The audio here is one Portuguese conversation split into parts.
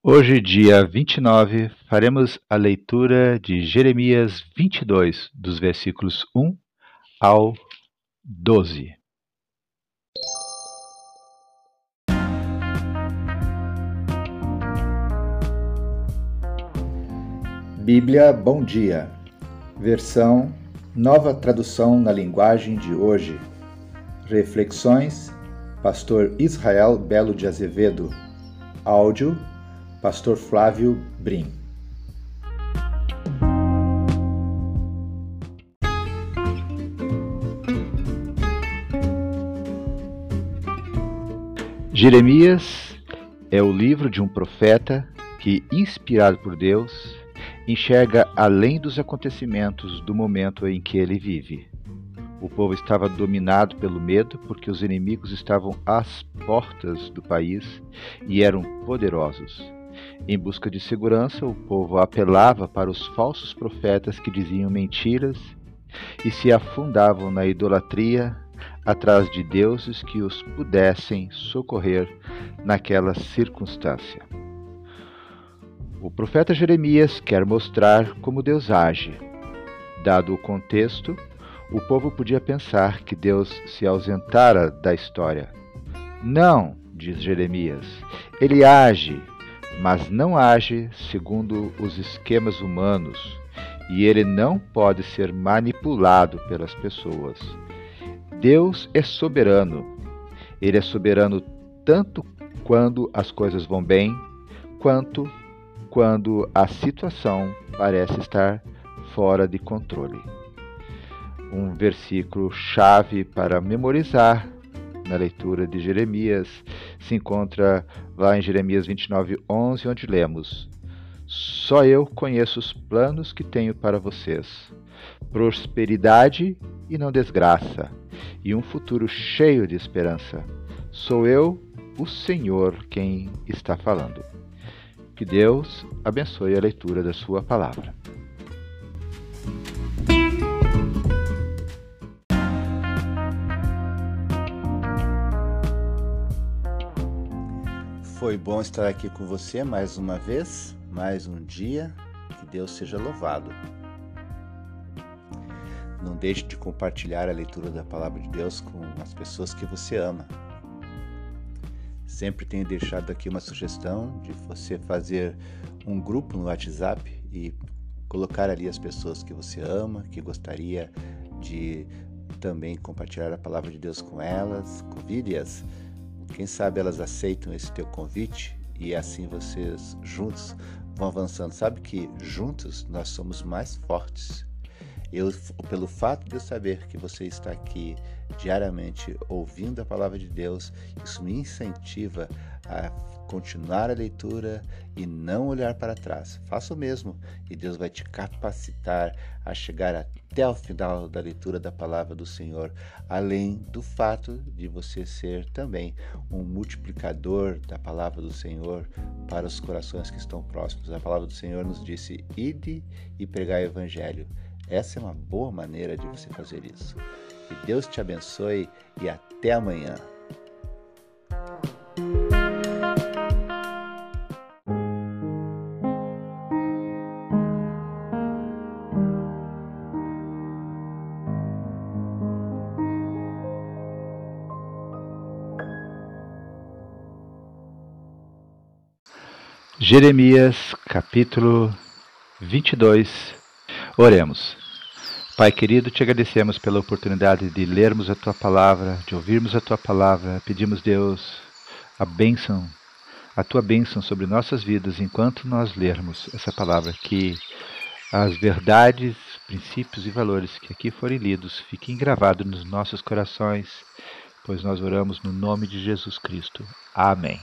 Hoje, dia 29, faremos a leitura de Jeremias 22, dos versículos 1 ao 12. Bíblia Bom Dia, versão Nova Tradução na Linguagem de Hoje. Reflexões, Pastor Israel Belo de Azevedo. Áudio, Pastor Flávio Brim. Jeremias é o livro de um profeta que, inspirado por Deus, enxerga além dos acontecimentos do momento em que ele vive. O povo estava dominado pelo medo porque os inimigos estavam às portas do país e eram poderosos. Em busca de segurança, o povo apelava para os falsos profetas que diziam mentiras e se afundavam na idolatria atrás de deuses que os pudessem socorrer naquela circunstância. O profeta Jeremias quer mostrar como Deus age. Dado o contexto, o povo podia pensar que Deus se ausentara da história. Não, diz Jeremias, ele age, mas não age segundo os esquemas humanos, e ele não pode ser manipulado pelas pessoas. Deus é soberano. Ele é soberano tanto quando as coisas vão bem, quanto quando a situação parece estar fora de controle. Um versículo chave para memorizar na leitura de Jeremias se encontra lá em Jeremias 29:11, onde lemos: Só eu conheço os planos que tenho para vocês, prosperidade e não desgraça, e um futuro cheio de esperança. Sou eu, o Senhor, quem está falando. Que Deus abençoe a leitura da sua palavra. Foi bom estar aqui com você mais uma vez, mais um dia. Que Deus seja louvado. Não deixe de compartilhar a leitura da Palavra de Deus com as pessoas que você ama. Sempre tenho deixado aqui uma sugestão de você fazer um grupo no WhatsApp e colocar ali as pessoas que você ama, que gostaria de também compartilhar a Palavra de Deus com elas. Convide-as. Quem sabe elas aceitam esse teu convite e assim vocês juntos vão avançando. Sabe que juntos nós somos mais fortes. Pelo fato de eu saber que você está aqui diariamente ouvindo a palavra de Deus, isso me incentiva a continuar a leitura e não olhar para trás. Faça o mesmo e Deus vai te capacitar a chegar até o final da leitura da palavra do Senhor, além do fato de você ser também um multiplicador da palavra do Senhor para os corações que estão próximos. A palavra do Senhor nos disse: ide e pregai o evangelho. Essa é uma boa maneira de você fazer isso. Que Deus te abençoe e até amanhã. Jeremias, capítulo 22. Oremos. Pai querido, te agradecemos pela oportunidade de lermos a Tua Palavra, de ouvirmos a Tua Palavra. Pedimos, Deus, a Tua bênção sobre nossas vidas enquanto nós lermos essa Palavra, que as verdades, princípios e valores que aqui forem lidos fiquem gravados nos nossos corações, pois nós oramos no nome de Jesus Cristo. Amém.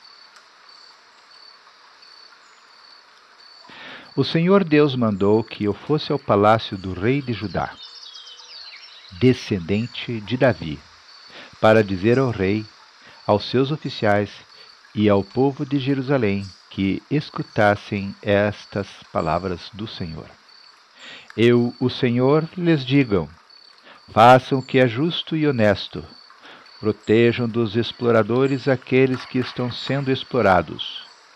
O Senhor Deus mandou que eu fosse ao palácio do rei de Judá, descendente de Davi, para dizer ao rei, aos seus oficiais e ao povo de Jerusalém que escutassem estas palavras do Senhor. Eu, o Senhor, lhes digo: façam o que é justo e honesto, protejam dos exploradores aqueles que estão sendo explorados.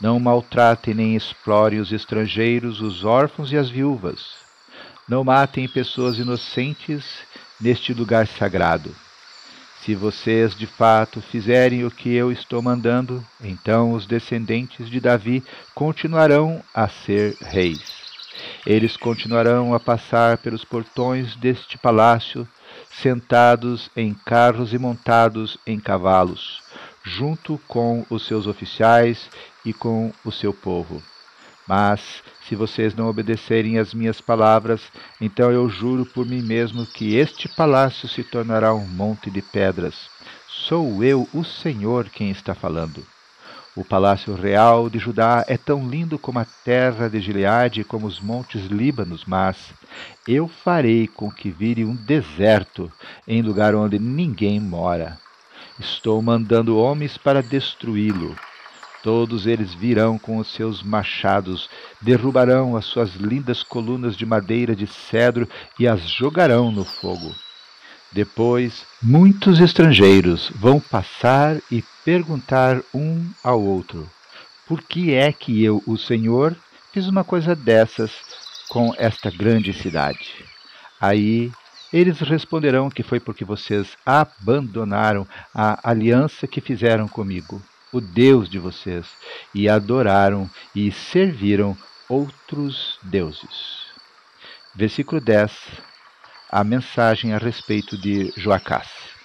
Não maltratem nem explorem os estrangeiros, os órfãos e as viúvas. Não matem pessoas inocentes neste lugar sagrado. Se vocês de fato fizerem o que eu estou mandando, então os descendentes de Davi continuarão a ser reis. Eles continuarão a passar pelos portões deste palácio, sentados em carros e montados em cavalos, junto com os seus oficiais e com o seu povo. Mas, se vocês não obedecerem às minhas palavras, então eu juro por mim mesmo que este palácio se tornará um monte de pedras. Sou eu, o Senhor, quem está falando. O palácio real de Judá é tão lindo como a terra de Gileade e como os montes Líbanos, mas eu farei com que vire um deserto em lugar onde ninguém mora. Estou mandando homens para destruí-lo. Todos eles virão com os seus machados, derrubarão as suas lindas colunas de madeira de cedro e as jogarão no fogo. Depois, muitos estrangeiros vão passar e perguntar um ao outro: por que é que eu, o Senhor, fiz uma coisa dessas com esta grande cidade? Aí eles responderão que foi porque vocês abandonaram a aliança que fizeram comigo, o Deus de vocês, e adoraram e serviram outros deuses. Versículo 10. A mensagem a respeito de Joacás.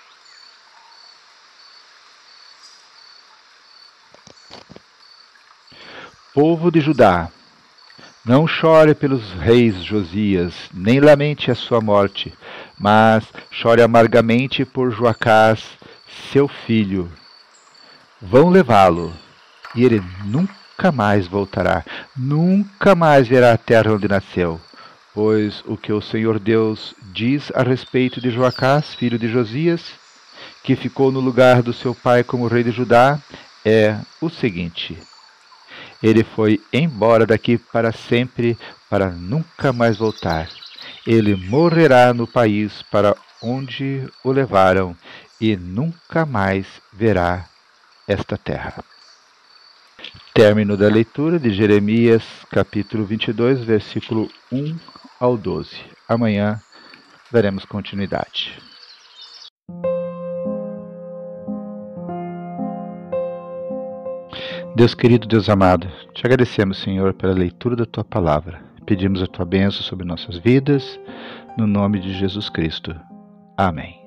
Povo de Judá, não chore pelos reis Josias, nem lamente a sua morte, mas chore amargamente por Joacás, seu filho. Vão levá-lo, e ele nunca mais voltará, nunca mais verá a terra onde nasceu. Pois o que o Senhor Deus diz a respeito de Joacás, filho de Josias, que ficou no lugar do seu pai como rei de Judá, é o seguinte: ele foi embora daqui para sempre, para nunca mais voltar. Ele morrerá no país para onde o levaram, e nunca mais verá esta terra. Término da leitura de Jeremias, capítulo 22, versículo 1 ao 12. Amanhã daremos continuidade. Deus querido, Deus amado, te agradecemos, Senhor, pela leitura da Tua Palavra. Pedimos a Tua bênção sobre nossas vidas, no nome de Jesus Cristo. Amém.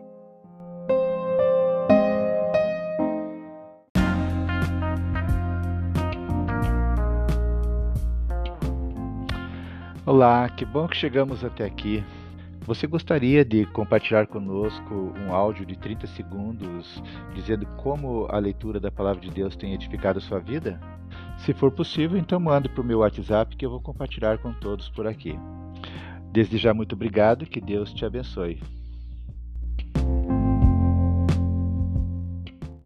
Olá, que bom que chegamos até aqui. Você gostaria de compartilhar conosco um áudio de 30 segundos dizendo como a leitura da Palavra de Deus tem edificado a sua vida? Se for possível, então mande para o meu WhatsApp que eu vou compartilhar com todos por aqui. Desde já, muito obrigado e que Deus te abençoe.